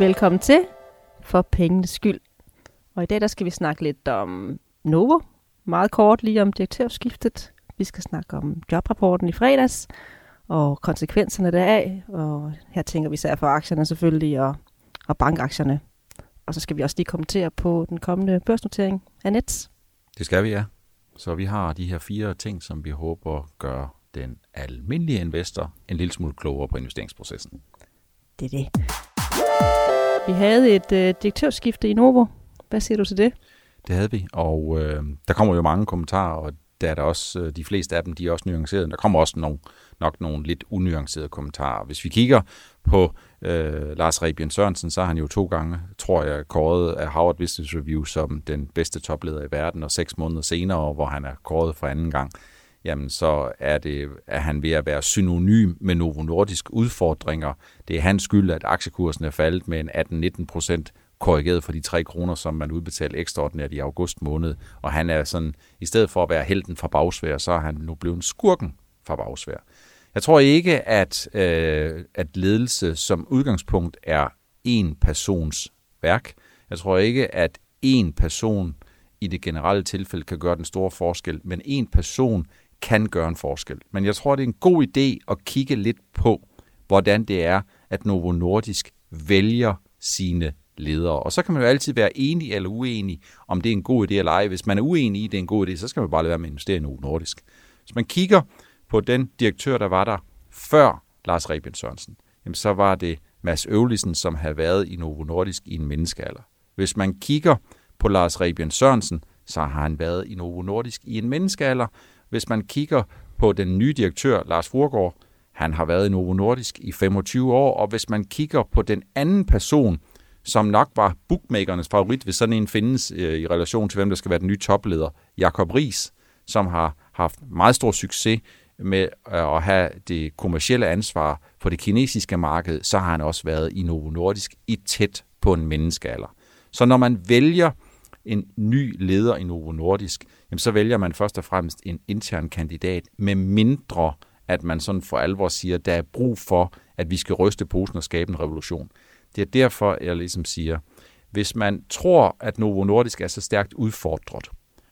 Velkommen til For pengenes skyld. Og i dag der skal vi snakke lidt om Novo. Meget kort lige om direktørskiftet. Vi skal snakke om jobrapporten i fredags og konsekvenserne deraf. Og her tænker vi især for aktierne selvfølgelig og bankaktierne. Og så skal vi også lige kommentere på den kommende børsnotering af Nets. Det skal vi, ja. Så vi har de her 4 ting, som vi håber gør den almindelige investor en lille smule klogere på investeringsprocessen. Det er det. Vi havde et direktørskifte i Novo. Hvad siger du til det? Det havde vi, og der kommer jo mange kommentarer, og der er der også, de fleste af dem, de er også nuancerede. Der kommer også nok nogle lidt unuancerede kommentarer. Hvis vi kigger på Lars Rebien Sørensen, så har han jo 2 gange, tror jeg, kåret af Harvard Business Review som den bedste topleder i verden, og 6 måneder senere, hvor han er kåret for anden gang, jamen så er han ved at være synonym med Novo Nordisk udfordringer. Det er hans skyld, at aktiekursen er faldet med en 18-19%, korrigeret for de 3 kroner, som man udbetalte ekstraordinært i august måned. Og han er sådan, i stedet for at være helten fra Bagsværd, så er han nu blevet skurken fra Bagsværd. Jeg tror ikke, at ledelse som udgangspunkt er en persons værk. Jeg tror ikke, at en person i det generelle tilfælde kan gøre den store forskel, men en person kan gøre en forskel. Men jeg tror, det er en god idé at kigge lidt på, hvordan det er, at Novo Nordisk vælger sine ledere. Og så kan man jo altid være enig eller uenig, om det er en god idé eller ej. Hvis man er uenig i, det er en god idé, så skal man bare lade være med at investere i Novo Nordisk. Hvis man kigger på den direktør, der var der før Lars Rebien Sørensen, jamen så var det Mads Øvlisen, som havde været i Novo Nordisk i en menneskealder. Hvis man kigger på Lars Rebien Sørensen, så har han været i Novo Nordisk i en menneskealder. Hvis man kigger på den nye direktør, Lars Fruergaard, han har været i Novo Nordisk i 25 år. Og hvis man kigger på den anden person, som nok var bookmakernes favorit, hvis sådan en findes i relation til, hvem der skal være den nye topleder, Jakob Riis, som har haft meget stor succes med at have det kommercielle ansvar for det kinesiske marked, så har han også været i Novo Nordisk i tæt på en menneskealder. Så når man vælger en ny leder i Novo Nordisk, jamen så vælger man først og fremmest en intern kandidat, med mindre at man sådan for alvor siger, at der er brug for, at vi skal ryste posen og skabe en revolution. Det er derfor, jeg ligesom siger, hvis man tror, at Novo Nordisk er så stærkt udfordret,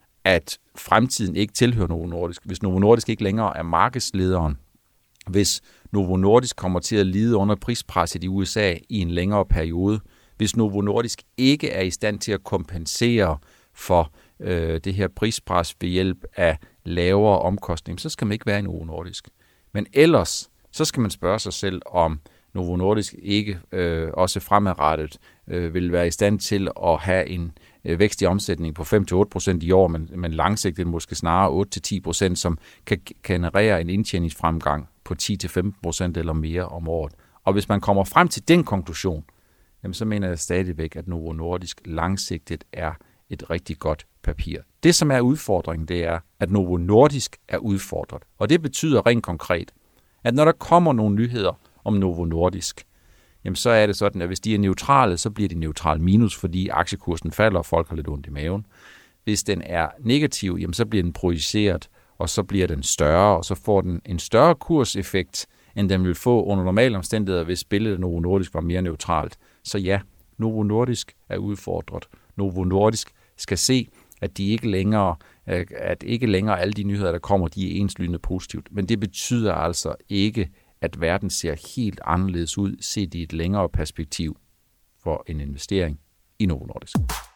at fremtiden ikke tilhører Novo Nordisk, hvis Novo Nordisk ikke længere er markedslederen, hvis Novo Nordisk kommer til at lide under prispresset i USA i en længere periode, hvis Novo Nordisk ikke er i stand til at kompensere for det her prispres ved hjælp af lavere omkostninger, så skal man ikke være i Novo Nordisk. Men ellers, så skal man spørge sig selv, om Novo Nordisk ikke også fremadrettet vil være i stand til at have en vækst i omsætning på 5-8% i år, men langsigtet måske snarere 8-10%, som kan generere en indtjeningsfremgang på 10-15% eller mere om året. Og hvis man kommer frem til den konklusion, jamen så mener jeg stadigvæk, at Novo Nordisk langsigtet er et rigtig godt papir. Det, som er udfordringen, det er, at Novo Nordisk er udfordret. Og det betyder rent konkret, at når der kommer nogle nyheder om Novo Nordisk, jamen så er det sådan, at hvis de er neutrale, så bliver de neutral minus, fordi aktiekursen falder, og folk har lidt ondt i maven. Hvis den er negativ, jamen så bliver den projiceret, og så bliver den større, og så får den en større kurseffekt, end den vil få under normale omstændigheder, hvis billedet af Novo Nordisk var mere neutralt. Så ja, Novo Nordisk er udfordret. Novo Nordisk skal se, at ikke længere alle de nyheder, der kommer, de er enslydende positivt. Men det betyder altså ikke, at verden ser helt anderledes ud, set i et længere perspektiv for en investering i Novo Nordisk.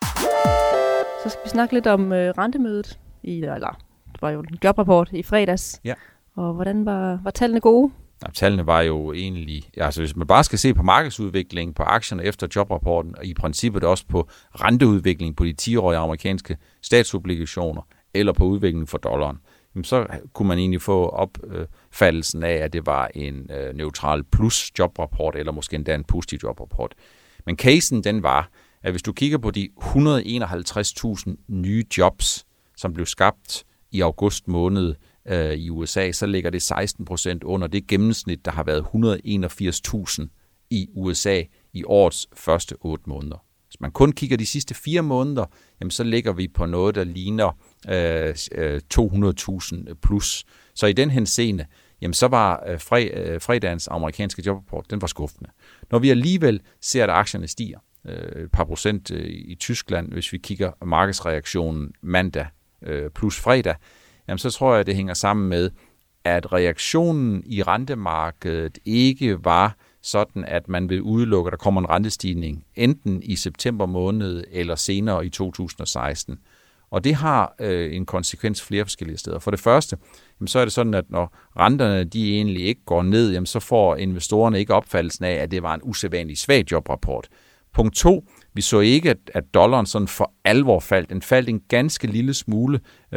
Så skal vi snakke lidt om rentemødet, det var jo en jobrapport i fredags. Ja. Og hvordan var tallene gode? Ja, tallene var jo egentlig, altså hvis man bare skal se på markedsudviklingen på aktierne efter jobrapporten, og i princippet også på renteudviklingen på de 10-årige amerikanske statsobligationer, eller på udviklingen for dollaren, så kunne man egentlig få opfattelsen af, at det var en neutral plus jobrapport, eller måske endda en positiv jobrapport. Men casen den var, at hvis du kigger på de 151.000 nye jobs, som blev skabt i august måned i USA, så ligger det 16% under det gennemsnit, der har været 181.000 i USA i årets første 8 måneder. Hvis man kun kigger de sidste 4 måneder, jamen så ligger vi på noget, der ligner 200.000 plus. Så i den henseende, jamen så var fredagens amerikanske jobrapport, den var skuffende. Når vi alligevel ser, at aktierne stiger et par procent i Tyskland, hvis vi kigger markedsreaktionen mandag plus fredag, jamen så tror jeg, at det hænger sammen med, at reaktionen i rentemarkedet ikke var sådan, at man vil udelukke, at der kommer en rentestigning enten i september måned eller senere i 2016. Og det har en konsekvens flere forskellige steder. For det første, jamen, så er det sådan, at når renterne de egentlig ikke går ned, jamen, så får investorerne ikke opfattelsen af, at det var en usædvanlig svag jobrapport. Punkt 2, vi så ikke, at dollaren sådan for alvor faldt. Den faldt en ganske lille smule,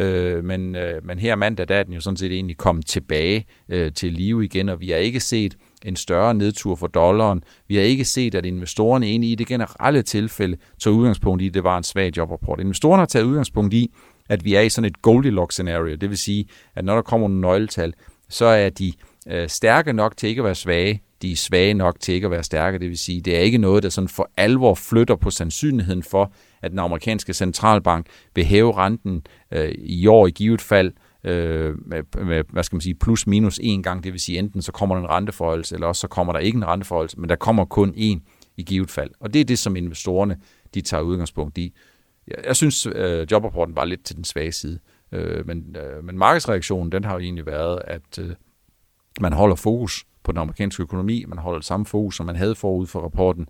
men her mandag, der er den jo sådan set egentlig kommet tilbage til live igen, og vi har ikke set en større nedtur for dollaren. Vi har ikke set, at investorerne egentlig i det generelle tilfælde tog udgangspunkt i, at det var en svag jobrapport. Investorerne har taget udgangspunkt i, at vi er i sådan et Goldilocks-scenario. Det vil sige, at når der kommer nogle nøgletal, så er de stærke nok til ikke at være svage. De er svage nok til ikke at være stærke. Det vil sige, det er ikke noget, der sådan for alvor flytter på sandsynligheden for, at den amerikanske centralbank vil hæve renten i år i givet fald med hvad skal man sige, plus minus en gang. Det vil sige, enten så kommer der en renteforhøjelse, eller også så kommer der ikke en renteforhøjelse, men der kommer kun en i givet fald. Og det er det, som investorerne de tager udgangspunkt i. Jeg synes, jobrapporten var lidt til den svage side. Men markedsreaktionen, den har jo egentlig været, at man holder fokus på den amerikanske økonomi, man holder det samme fokus, som man havde forud for rapporten,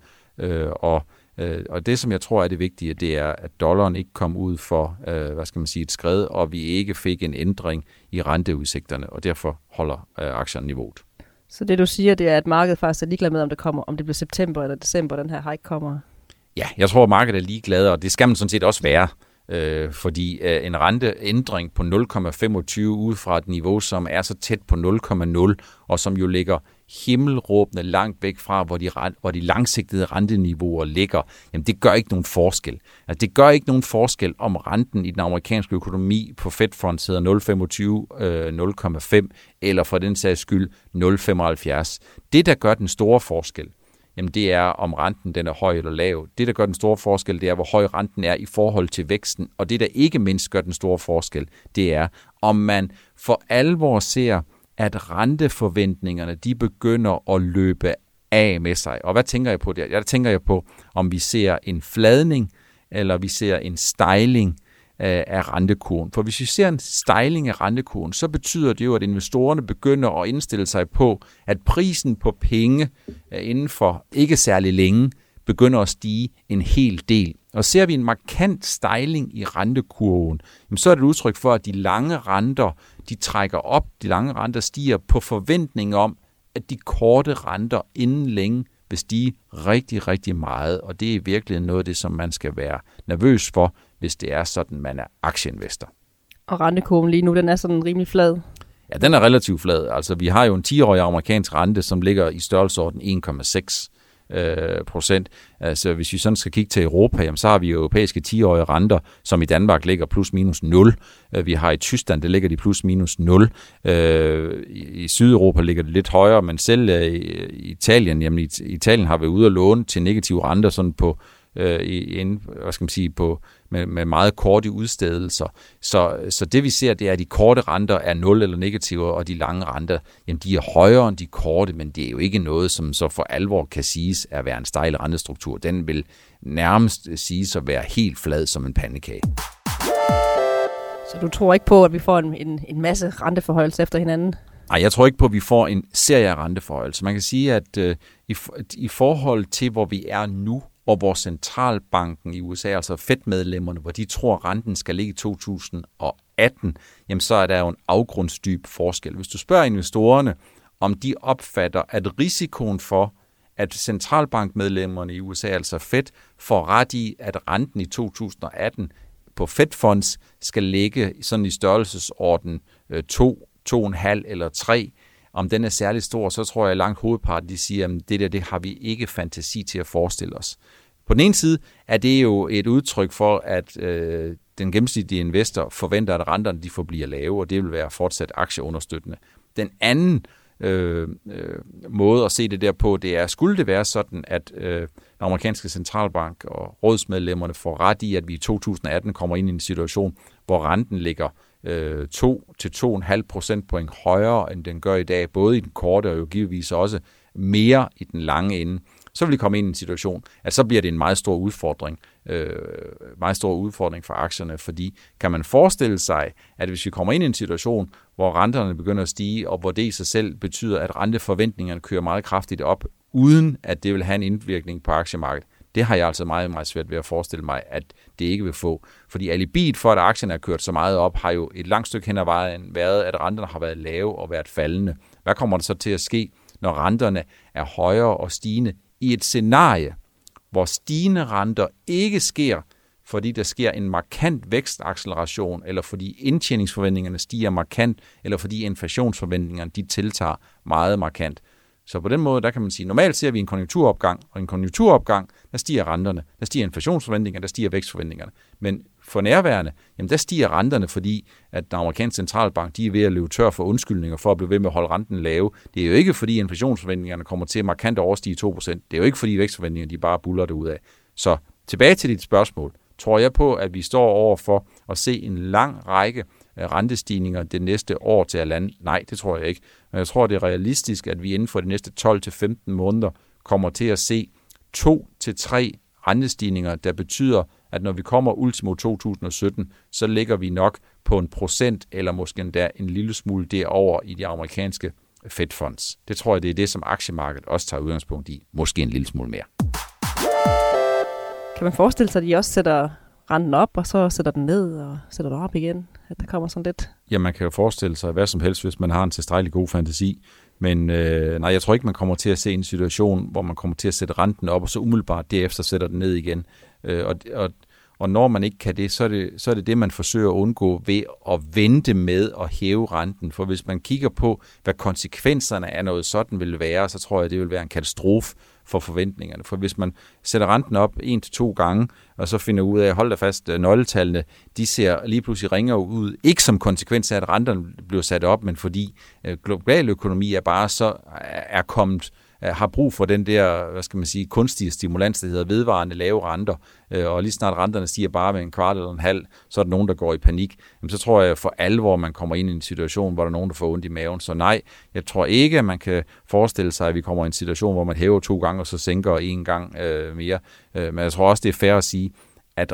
og det, som jeg tror er det vigtige, det er, at dollaren ikke kom ud for, et skred, og vi ikke fik en ændring i renteudsigterne, og derfor holder aktierne niveauet. Så det, du siger, det er, at markedet faktisk er ligeglad med, om det bliver september eller december, den her hike kommer? Ja, jeg tror, at markedet er ligeglad, og det skal man sådan set også være. Fordi en renteændring på 0,25 ud fra et niveau, som er så tæt på 0,0, og som jo ligger himmelråbende langt væk fra, hvor de langsigtede renteniveauer ligger, jamen det gør ikke nogen forskel. Altså, det gør ikke nogen forskel, om renten i den amerikanske økonomi på Fed Funds hedder 0,25, 0,5, eller for den sags skyld 0,75. Det, der gør den store forskel, jamen det er, om renten den er høj eller lav. Det, der gør den store forskel, det er, hvor høj renten er i forhold til væksten. Og det, der ikke mindst gør den store forskel, det er, om man for alvor ser, at renteforventningerne, de begynder at løbe af med sig. Og hvad tænker jeg på der? Jeg tænker på, om vi ser en fladning, eller vi ser en stejling af rentekurven. For hvis vi ser en stejling af rentekurven, så betyder det jo, at investorerne begynder at indstille sig på, at prisen på penge inden for ikke særlig længe begynder at stige en hel del. Og ser vi en markant stejling i rentekurven, så er det et udtryk for, at de lange renter, de trækker op, de lange renter stiger på forventning om, at de korte renter inden længe vil stige rigtig, rigtig meget. Og det er virkelig noget af det, som man skal være nervøs for, hvis det er sådan, man er aktieinvestor. Og rentekurven lige nu, den er sådan rimelig flad? Ja, den er relativt flad. Altså, vi har jo en 10-årig amerikansk rente, som ligger i størrelsesorden 1,6%. Altså, hvis vi sådan skal kigge til Europa, jamen, så har vi europæiske 10-årige renter, som i Danmark ligger plus minus 0. Vi har i Tyskland, der ligger de plus minus 0. I Sydeuropa ligger det lidt højere, men selv i Italien, jamen i Italien har vi ude at låne til negative renter sådan på med meget korte udstedelser. Så det vi ser, det er, at de korte renter er 0 eller negative, og de lange renter, jamen de er højere end de korte, men det er jo ikke noget, som så for alvor kan siges at være en stejl rentestruktur. Den vil nærmest siges at være helt flad som en pandekage. Så du tror ikke på, at vi får en masse renteforhøjelser efter hinanden? Nej, jeg tror ikke på, at vi får en serie af renteforhøjelser. Man kan sige, at i forhold til, hvor vi er nu, og hvor centralbanken i USA, altså Fed-medlemmerne, hvor de tror, at renten skal ligge i 2018, jamen så er der jo en afgrundsdyb forskel. Hvis du spørger investorerne, om de opfatter, at risikoen for, at centralbankmedlemmerne i USA, altså Fed, får ret i, at renten i 2018 på Fed Funds skal ligge sådan i størrelsesorden 2, 2,5 eller 3, om den er særlig stor, så tror jeg, at langt hovedparten de siger, at det har vi ikke fantasi til at forestille os. På den ene side er det jo et udtryk for, at den gennemsnitlige investor forventer, at renterne de forbliver lave, og det vil være fortsat aktieunderstøttende. Den anden måde at se det der på, det er, skulle det være sådan, at den amerikanske centralbank og rådsmedlemmerne får ret i, at vi i 2018 kommer ind i en situation, hvor renten ligger 2 til 2,5 procentpoint højere, end den gør i dag, både i den korte og jo givetvis også mere i den lange ende, så vil vi komme ind i en situation, at så bliver det en meget stor udfordring for aktierne, fordi kan man forestille sig, at hvis vi kommer ind i en situation, hvor renterne begynder at stige, og hvor det i sig selv betyder, at renteforventningerne kører meget kraftigt op, uden at det vil have en indvirkning på aktiemarkedet, det har jeg altså meget, meget svært ved at forestille mig, at det ikke vil få. Fordi alibiet for, at aktierne er kørt så meget op, har jo et langt stykke hen ad vejen været, at renterne har været lave og været faldende. Hvad kommer der så til at ske, når renterne er højere og stigende i et scenarie, hvor stigende renter ikke sker, fordi der sker en markant vækstacceleration, eller fordi indtjeningsforventningerne stiger markant, eller fordi inflationsforventningerne de tiltager meget markant. Så på den måde, der kan man sige, normalt ser vi en konjunkturopgang, og en konjunkturopgang, der stiger renterne, der stiger inflationsforventningerne, der stiger vækstforventningerne. Men for nærværende, jamen der stiger renterne, fordi at den amerikanske centralbank, de er ved at løbe tør for undskyldninger for at blive ved med at holde renten lave. Det er jo ikke, fordi inflationsforventningerne kommer til markant overstige 2%. Det er jo ikke, fordi vækstforventningerne, de bare buller det ud af. Så tilbage til dit spørgsmål. Tror jeg på, at vi står over for at se en lang række rentestigninger det næste år til halvanden? Nej, det tror jeg ikke. Men jeg tror, det er realistisk, at vi inden for de næste 12-15 måneder kommer til at se 2-3 rentestigninger, der betyder, at når vi kommer ultimo 2017, så ligger vi nok på 1%, eller måske endda en lille smule derover i de amerikanske Fed Funds. Det tror jeg, det er det, som aktiemarkedet også tager udgangspunkt i. Måske en lille smule mere. Kan man forestille sig, at de også sætter renten op, og så sætter den ned, og sætter den op igen? At der kommer sådan lidt? Ja, man kan jo forestille sig hvad som helst, hvis man har en tilstrækkelig god fantasi. Men nej, jeg tror ikke, man kommer til at se en situation, hvor man kommer til at sætte renten op, og så umiddelbart derefter sætter den ned igen. Og når man ikke kan det, så er det, man forsøger at undgå ved at vente med at hæve renten. For hvis man kigger på, hvad konsekvenserne af noget sådan vil være, så tror jeg, det vil være en katastrofe for forventningerne. For hvis man sætter renten op 1-2 gange, og så finder ud af, hold da fast, nøgletallene, de ser lige pludselig ringere ud. Ikke som konsekvens af, at renterne bliver sat op, men fordi global økonomi har brug for den der, kunstige stimulans, der hedder vedvarende lave renter, og lige snart renterne stiger bare med 1/4 eller 1/2, så er der nogen, der går i panik. Jamen, så tror jeg for alvor, man kommer ind i en situation, hvor der er nogen, der får ondt i maven. Så nej, jeg tror ikke, at man kan forestille sig, at vi kommer i en situation, hvor man hæver 2 gange, og så sænker 1 gang mere. Men jeg tror også, det er fair at sige, at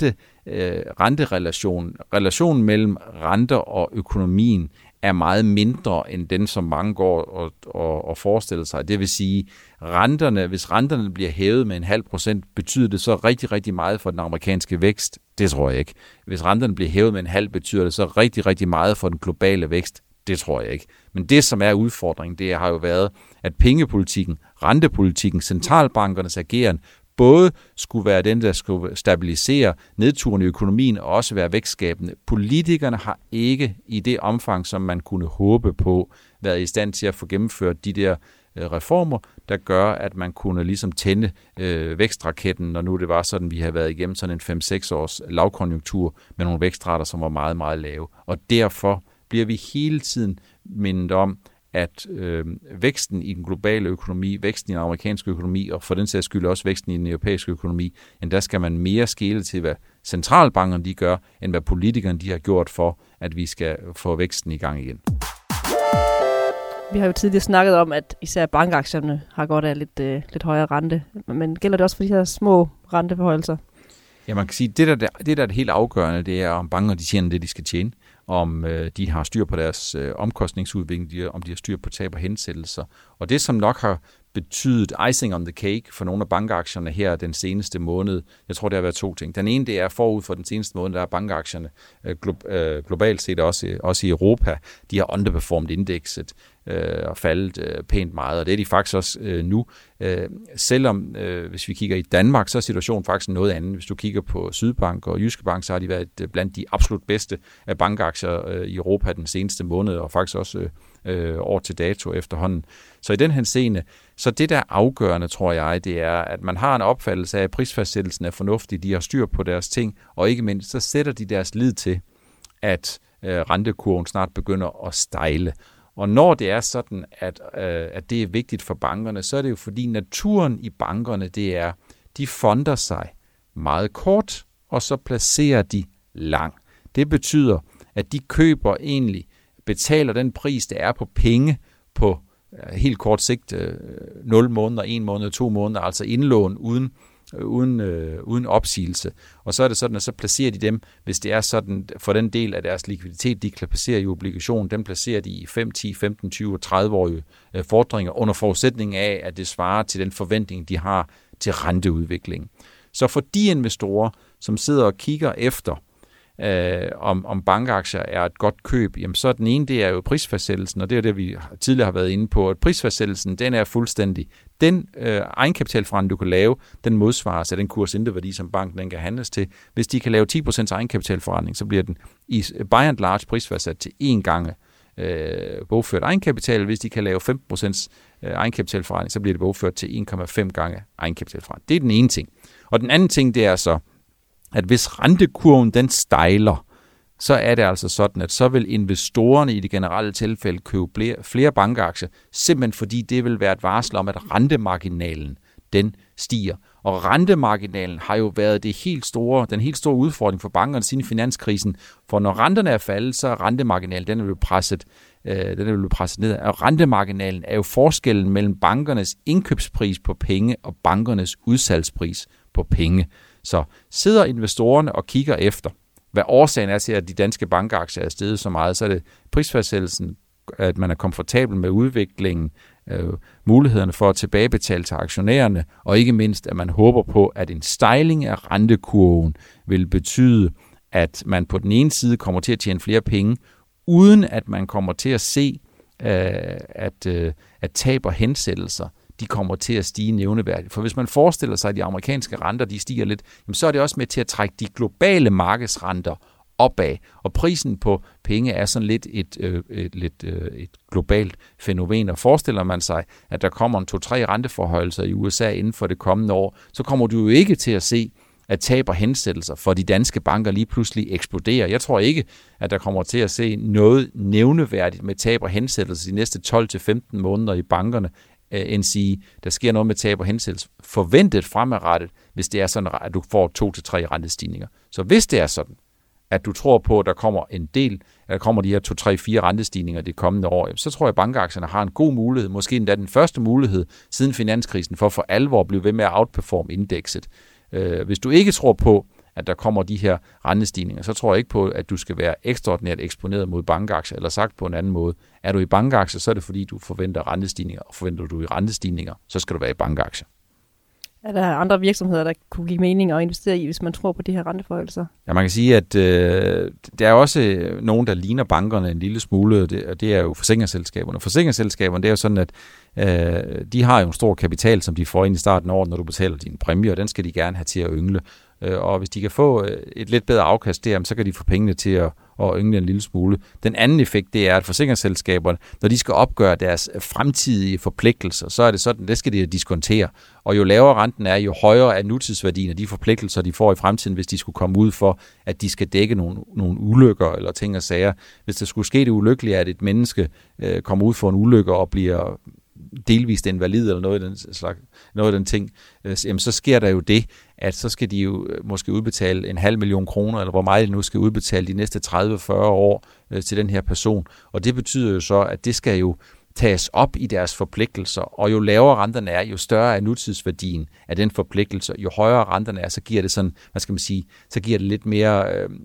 relationen mellem renter og økonomien er meget mindre end den, som mange går og forestiller sig. Det vil sige, hvis renterne bliver hævet med 0,5%, betyder det så rigtig, rigtig meget for den amerikanske vækst? Det tror jeg ikke. Hvis renterne bliver hævet med 0,5%, betyder det så rigtig, rigtig meget for den globale vækst? Det tror jeg ikke. Men det, som er udfordringen, det har jo været, at pengepolitikken, rentepolitikken, centralbankernes ageren, både skulle være den, der skulle stabilisere nedturen i økonomien og også være vækstskabende. Politikerne har ikke i det omfang, som man kunne håbe på, været i stand til at få gennemført de der reformer, der gør, at man kunne ligesom tænde vækstraketten, når nu det var sådan, vi havde været igennem sådan en 5-6 års lavkonjunktur med nogle vækstrater, som var meget, meget lave. Og derfor bliver vi hele tiden mindet om, at væksten i den globale økonomi, væksten i den amerikanske økonomi, og for den sags skyld også væksten i den europæiske økonomi, end der skal man mere skele til, hvad centralbankerne de gør, end hvad politikerne de har gjort for, at vi skal få væksten i gang igen. Vi har jo tidligere snakket om, at især bankaktierne har godt af lidt højere rente, men gælder det også for de her små renteforhøjelser? Ja, man kan sige, det der er det helt afgørende, det er, om banker de tjener det, de skal tjene, om de har styr på deres omkostningsudvikling, om de har styr på tab og hensættelser. Og det, som nok har betydet icing on the cake for nogle af bankaktierne her den seneste måned, jeg tror, det har været 2 ting. Den ene, det er forud for den seneste måned, der er bankaktierne globalt set også i Europa, de har underperformet indekset og faldet pænt meget, og det er de faktisk også nu. Selvom, hvis vi kigger i Danmark, så er situationen faktisk noget andet. Hvis du kigger på Sydbank og Jyske Bank, så har de været blandt de absolut bedste bankaktier i Europa den seneste måned, og faktisk også år til dato efterhånden. Så i den henseende, så det der afgørende, tror jeg, det er, at man har en opfattelse af, at prisfastsættelsen er fornuftig, de har styr på deres ting, og ikke mindst, så sætter de deres lid til, at rentekurven snart begynder at stejle. Og når det er sådan, at det er vigtigt for bankerne, så er det jo fordi naturen i bankerne, det er, de fonder sig meget kort, og så placerer de lang. Det betyder, at de køber egentlig, betaler den pris, der er på penge på helt kort sigt, 0 måneder, 1 måned, 2 måneder, altså indlån uden opsigelse. Og så er det sådan, at så placerer de dem, hvis det er sådan, for den del af deres likviditet, de kan placere i obligation, den placerer de i 5, 10, 15, 20 og 30-årige fordringer, under forudsætning af, at det svarer til den forventning, de har til renteudviklingen. Så for de investorer, som sidder og kigger efter, om bankaktier er et godt køb, jamen så den ene, det er jo prisfastsættelsen, og det er det, vi tidligere har været inde på, at prisfastsættelsen, den er fuldstændig. Den egenkapitalforrentning, du kan lave, den modsvares af den kursinterværdi, som banken den kan handles til. Hvis de kan lave 10% egenkapitalforrentning, så bliver den i by and large prisfastsat til 1 gang bogført egenkapital. Hvis de kan lave 15% egenkapitalforretning, så bliver det bogført til 1,5 gange egenkapitalforretning. Det er den ene ting. Og den anden ting, det er så, at hvis rentekurven den stejler, så er det altså sådan, at så vil investorerne i det generelle tilfælde købe flere bankaktier, simpelthen fordi det vil være et varsel om, at rentemarginalen den stiger. Og rentemarginalen har jo været den helt store udfordring for bankerne siden finanskrisen, for når renterne er faldet, så er rentemarginalen, den er blevet presset ned. Og rentemarginalen er jo forskellen mellem bankernes indkøbspris på penge og bankernes udsalgspris på penge. Så sidder investorerne og kigger efter, hvad årsagen er til, at de danske bankaktier er steget så meget, så er det prisfastsættelsen, at man er komfortabel med udviklingen, mulighederne for at tilbagebetale til aktionærerne, og ikke mindst, at man håber på, at en stejling af rentekurven vil betyde, at man på den ene side kommer til at tjene flere penge, uden at man kommer til at se, at tab og hensættelser, de kommer til at stige nævneværdigt. For hvis man forestiller sig, at de amerikanske renter, de stiger lidt, så er det også med til at trække de globale markedsrenter opad. Og prisen på penge er sådan lidt et globalt fænomen. Og forestiller man sig, at der kommer 2-3 renteforhøjelser i USA inden for det kommende år, så kommer du jo ikke til at se, at tab og hensættelser for de danske banker lige pludselig eksploderer. Jeg tror ikke, at der kommer til at se noget nævneværdigt med tab og hensættelser de næste 12-15 måneder i bankerne, end sige, der sker noget med tab og hensættelse forventet fremadrettet, hvis det er sådan, at du får 2-3 rentestigninger. Så hvis det er sådan, at du tror på, at der kommer de her 2-3-4 rentestigninger det kommende år, så tror jeg, at bankaktierne har en god mulighed, måske endda den første mulighed siden finanskrisen, for alvor at blive ved med at outperforme indekset. Hvis du ikke tror på, at der kommer de her rentestigninger, så tror jeg ikke på, at du skal være ekstraordinært eksponeret mod bankaktier, eller sagt på en anden måde. Er du i bankaktier, så er det fordi, du forventer rentestigninger, og forventer du i rentestigninger, så skal du være i bankaktier. Er der andre virksomheder, der kunne give mening at investere i, hvis man tror på de her renteforhøjelser? Ja, man kan sige, at der er også nogen, der ligner bankerne en lille smule, og det er jo forsikringsselskaberne. Forsikringsselskaberne, det er jo sådan, at de har jo en stor kapital, som de får ind i starten af året, når du betaler din præmie, og den skal de gerne have til at yngle. Og hvis de kan få et lidt bedre afkast der, så kan de få pengene til at yngle en lille smule. Den anden effekt, det er, at forsikringsselskaberne, når de skal opgøre deres fremtidige forpligtelser, så er det sådan, det skal de diskontere. Og jo lavere renten er, jo højere er nutidsværdien af de forpligtelser, de får i fremtiden, hvis de skulle komme ud for, at de skal dække nogle ulykker eller ting og sager. Hvis der skulle ske det ulykkelige, at et menneske kommer ud for en ulykke og bliver delvist invalid eller noget af den ting, jamen så sker der jo det, at så skal de jo måske udbetale 500.000 kroner, eller hvor meget de nu skal udbetale de næste 30-40 år til den her person. Og det betyder jo så, at det skal jo tages op i deres forpligtelser, og jo lavere renterne er, jo større er nutidsværdien af den forpligtelse. Jo højere renterne er, så giver det sådan, så giver det lidt mere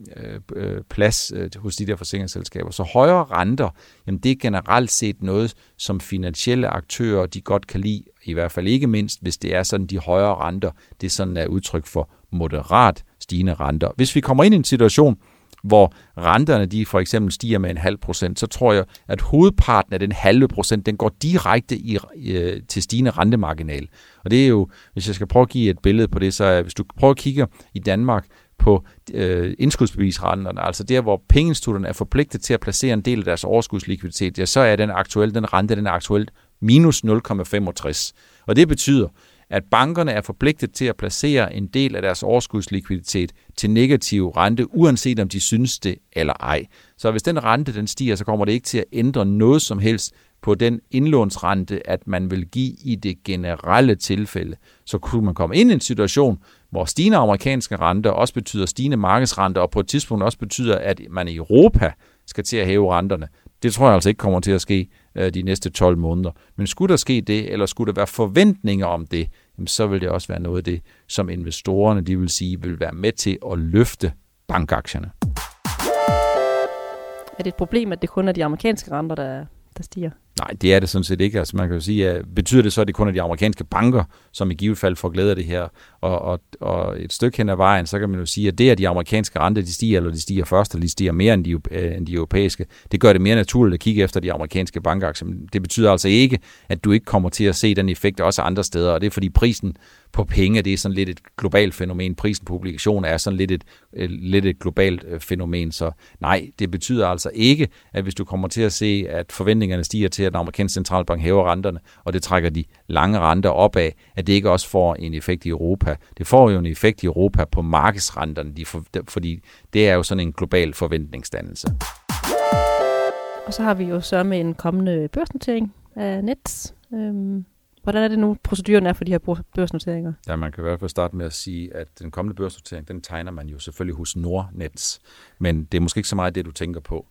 plads hos de der forsikringsselskaber. Så højere renter, jamen det er generelt set noget, som finansielle aktører, de godt kan lide, i hvert fald ikke mindst, hvis det er sådan, de højere renter, det er sådan et udtryk for moderat stigende renter. Hvis vi kommer ind i en situation, hvor renterne de for eksempel stiger med 0,5%, så tror jeg, at hovedparten af den 0,5%, den går direkte til stigende rentemarginal. Og det er jo, hvis jeg skal prøve at give et billede på det, så hvis du prøver at kigge i Danmark på indskudsbevisrenterne, altså der, hvor pengeinstitutterne er forpligtet til at placere en del af deres overskudslikviditet, ja, så er den rente aktuelt minus 0,65. Og det betyder, at bankerne er forpligtet til at placere en del af deres overskudslikviditet til negativ rente, uanset om de synes det eller ej. Så hvis den rente den stiger, så kommer det ikke til at ændre noget som helst på den indlånsrente, at man vil give i det generelle tilfælde, så kunne man komme ind i en situation, hvor stigende amerikanske renter også betyder stigende markedsrenter, og på et tidspunkt også betyder, at man i Europa skal til at hæve renterne. Det tror jeg altså ikke kommer til at ske de næste 12 måneder. Men skulle der ske det, eller skulle der være forventninger om det, så vil det også være noget af det, som investorerne, de vil sige, vil være med til at løfte bankaktierne. Er det et problem, at det kun er de amerikanske renter, der stiger? Nej, det er det sådan set ikke. Altså man kan jo sige, at betyder det så, at det kun er de amerikanske banker, som i givet fald får glæde af det her? Og et stykke hen ad vejen, så kan man jo sige, at det, at de amerikanske renter, de stiger, eller de stiger først, eller de stiger mere end de europæiske, det gør det mere naturligt at kigge efter de amerikanske bankaktier. Men det betyder altså ikke, at du ikke kommer til at se den effekt også andre steder, og det er fordi prisen på penge, det er sådan lidt et globalt fænomen. Prisen på obligationer er sådan lidt et globalt fænomen, så nej, det betyder altså ikke, at hvis du kommer til at se, at forventningerne stiger til, at den amerikanske centralbank hæver renterne, og det trækker de lange renter opad, at det ikke også får en effekt i Europa. Det får jo en effekt i Europa på markedsrenterne, fordi det er jo sådan en global forventningsdannelse. Og så har vi jo så med en kommende børsnotering af Nets. Hvordan er det nu, proceduren er for de her børsnoteringer? Ja, man kan i hvert fald starte med at sige, at den kommende børsnotering, den tegner man jo selvfølgelig hos Nordnets. Men det er måske ikke så meget det, du tænker på.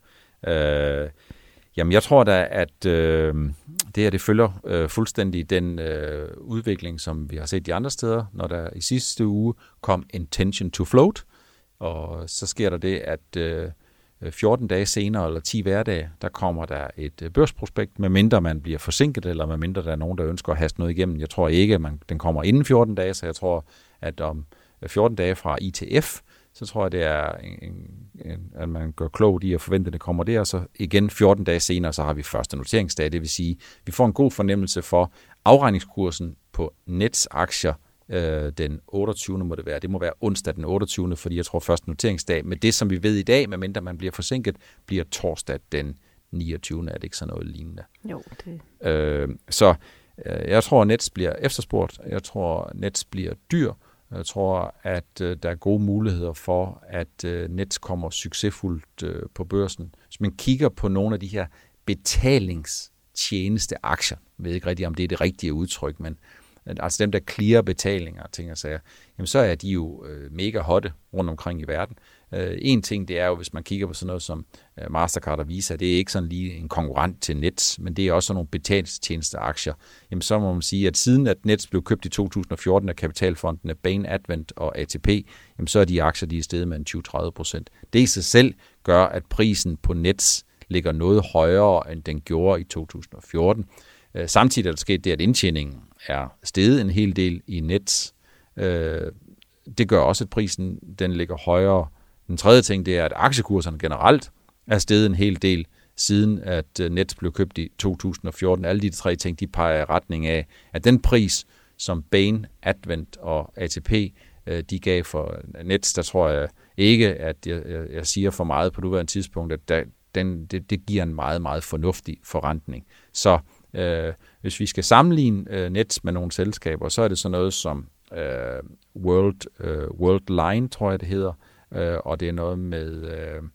Jamen, jeg tror da, at det her, det følger fuldstændig den udvikling, som vi har set de andre steder, når der i sidste uge kom intention to float, og så sker der det, at 14 dage senere, eller 10 hverdage, der kommer der et børsprospekt, medmindre man bliver forsinket, eller medmindre der er nogen, der ønsker at haste noget igennem. Jeg tror ikke, at den kommer inden 14 dage, så jeg tror, at om 14 dage fra ITF, så tror jeg, det er at man gør klogt i at forvente, at det kommer der, og så igen 14 dage senere, så har vi første noteringsdag. Det vil sige, at vi får en god fornemmelse for afregningskursen på Nets aktier den 28. må det være. Det må være onsdag den 28. fordi jeg tror første noteringsdag, med det som vi ved i dag, medmindre man bliver forsinket, bliver torsdag den 29. Er det ikke sådan noget lignende? Jo, det. Så jeg tror, at Nets bliver efterspurgt. Jeg tror, at Nets bliver dyr. Jeg tror, at der er gode muligheder for, at Nets kommer succesfuldt på børsen. Hvis man kigger på nogle af de her betalingstjeneste aktier, jeg ved ikke rigtig, om det er det rigtige udtryk, men altså dem, der clearer betalinger og ting og sager, jamen så er de jo mega hotte rundt omkring i verden. En ting, det er jo, hvis man kigger på sådan noget som Mastercard og Visa, det er ikke sådan lige en konkurrent til Nets, men det er også sådan nogle betalingstjenesteaktier. Jamen så må man sige, at siden at Nets blev købt i 2014 af kapitalfondene Bain, Advent og ATP, jamen så er de aktier, de er steget med en 20-30%. Det i sig selv gør, at prisen på Nets ligger noget højere, end den gjorde i 2014. Samtidig er der sket det, at indtjeningen er steget en hel del i Nets. Det gør også, at prisen den ligger højere. Den tredje ting, det er, at aktiekurserne generelt er steget en hel del, siden at Nets blev købt i 2014. Alle de tre ting, de peger i retning af, at den pris, som Bain, Advent og ATP, de gav for Nets, der tror jeg ikke, at jeg siger for meget på nuværende tidspunkt, at det giver en meget, meget fornuftig forrentning. Så hvis vi skal Nets med nogle selskaber, så er det sådan noget som Worldline, tror jeg det hedder, og det er noget med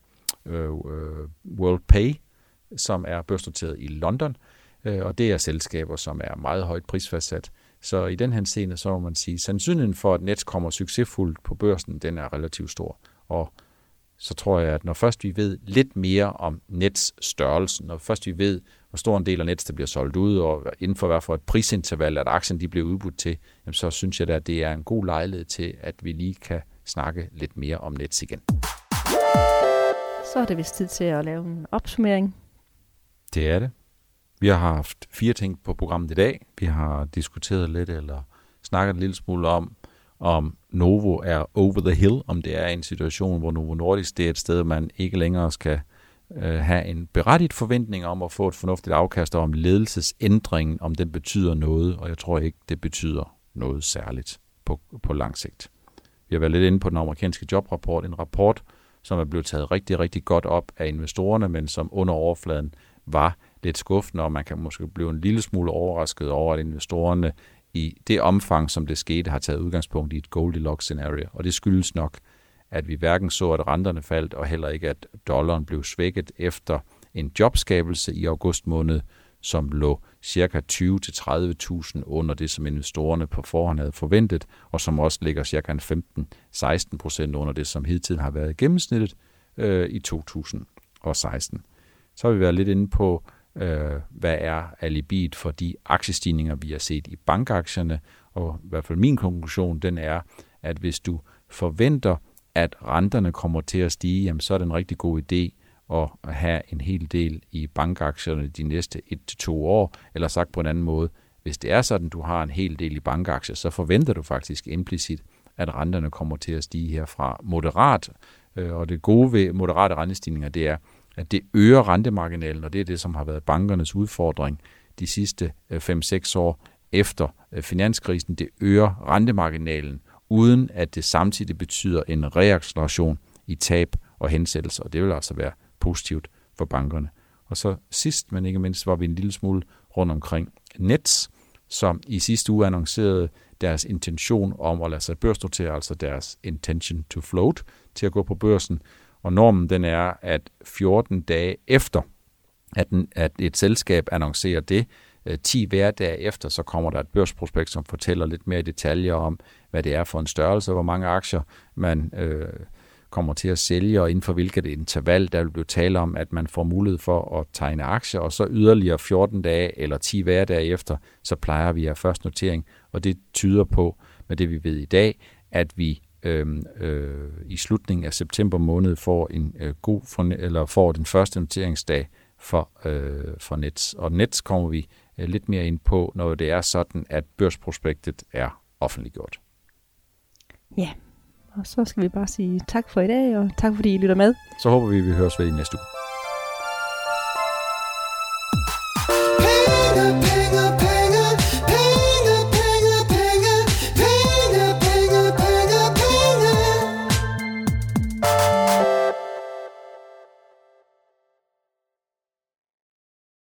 WorldPay, som er børsnoteret i London, og det er selskaber, som er meget højt prisfastsat. Så i den henseende, så må man sige, sandsynligheden for, at Nets kommer succesfuldt på børsen, den er relativt stor. Og så tror jeg, at når først vi ved lidt mere om Nets størrelsen, når først vi ved, hvor stor en del af Nets, der bliver solgt ud, og inden for hvad for et prisinterval, at aktien de bliver udbudt til, jamen så synes jeg, at det er en god lejlighed til, at vi lige kan snakke lidt mere om Nets igen. Så er det vist tid til at lave en opsummering. Det er det. Vi har haft 4 ting på programmet i dag. Vi har diskuteret lidt, eller snakket en lille smule om Novo er over the hill, om det er en situation, hvor Novo Nordisk det er et sted, man ikke længere skal have en berettiget forventning om at få et fornuftigt afkast, og om ledelsesændringen, om den betyder noget, og jeg tror ikke, det betyder noget særligt på lang sigt. Vi har været lidt inde på den amerikanske jobrapport, en rapport, som er blevet taget rigtig, rigtig godt op af investorerne, men som under overfladen var lidt skuffende, og man kan måske blive en lille smule overrasket over, at investorerne i det omfang, som det skete, har taget udgangspunkt i et Goldilocks-scenario, og det skyldes nok, at vi hverken så, at renterne faldt, og heller ikke, at dollaren blev svækket efter en jobskabelse i august måned, som lå ca. 20-30.000 under det, som investorerne på forhånd havde forventet, og som også ligger ca. 15-16% under det, som hidtil har været gennemsnittet i 2016. Så har vi været lidt inde på, hvad er alibiet for de aktiestigninger, vi har set i bankaktierne, og i hvert fald min konklusion, den er, at hvis du forventer, at renterne kommer til at stige, jamen så er det en rigtig god idé at have en hel del i bankaktierne de næste 1-2 år, eller sagt på en anden måde, hvis det er sådan, du har en hel del i bankaktier, så forventer du faktisk implicit, at renterne kommer til at stige herfra moderat, og det gode ved moderate rentestigninger, det er, at det øger rentemarginalen, og det er det, som har været bankernes udfordring de sidste 5-6 år efter finanskrisen. Det øger rentemarginalen, uden at det samtidig betyder en reacceleration i tab og hensættelser, og det vil altså være positivt for bankerne. Og så sidst, men ikke mindst, var vi en lille smule rundt omkring Nets, som i sidste uge annoncerede deres intention om at lade sig børsnotere, altså deres intention to float, til at gå på børsen. Og normen den er, at 14 dage efter, at et selskab annoncerer det, 10 hverdage efter, så kommer der et børsprospekt, som fortæller lidt mere i detaljer om, hvad det er for en størrelse, hvor mange aktier man kommer til at sælge, og inden for hvilket interval, der vil blive tale om, at man får mulighed for at tegne aktier, og så yderligere 14 dage eller 10 hverdage efter, så plejer vi at først notering, og det tyder på, med det vi ved i dag, at vi i slutningen af september måned får en får den første noteringsdag for Nets. Og Nets kommer vi lidt mere ind på, når det er sådan, at børsprospektet er offentliggjort. Ja, og så skal vi bare sige tak for i dag, og tak fordi I lytter med. Så håber vi høres ved i næste uge.